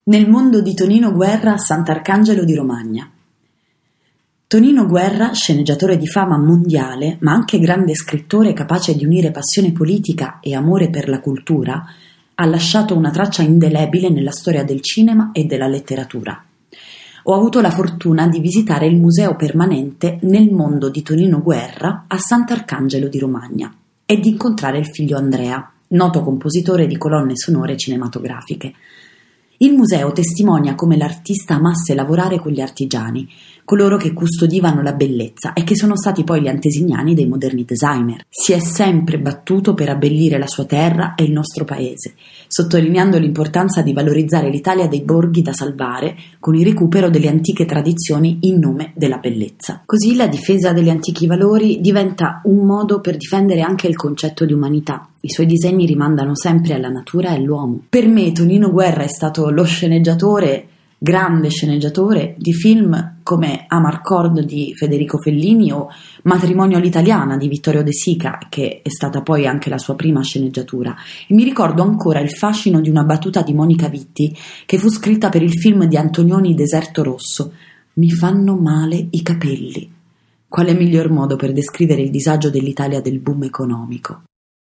Nel mondo di Tonino Guerra a Sant'Arcangelo di Romagna. Tonino Guerra, sceneggiatore di fama mondiale, ma anche grande scrittore capace di unire passione politica e amore per la cultura, ha lasciato una traccia indelebile nella storia del cinema e della letteratura. Ho avuto la fortuna di visitare il museo permanente Nel mondo di Tonino Guerra a Sant'Arcangelo di Romagna e di incontrare il figlio Andrea, noto compositore di colonne sonore cinematografiche. Il museo testimonia come l'artista amasse lavorare con gli artigiani, coloro che custodivano la bellezza e che sono stati poi gli antesignani dei moderni designer. Si è sempre battuto per abbellire la sua terra e il nostro paese, sottolineando l'importanza di valorizzare l'Italia dei borghi da salvare con il recupero delle antiche tradizioni in nome della bellezza. Così la difesa degli antichi valori diventa un modo per difendere anche il concetto di umanità. I suoi disegni rimandano sempre alla natura e all'uomo. Per me Tonino Guerra è stato lo sceneggiatore, grande sceneggiatore, di film come Amarcord di Federico Fellini o Matrimonio all'italiana di Vittorio De Sica, che è stata poi anche la sua prima sceneggiatura. E mi ricordo ancora il fascino di una battuta di Monica Vitti, che fu scritta per il film di Antonioni Deserto Rosso. Mi fanno male i capelli. Quale miglior modo per descrivere il disagio dell'Italia del boom economico?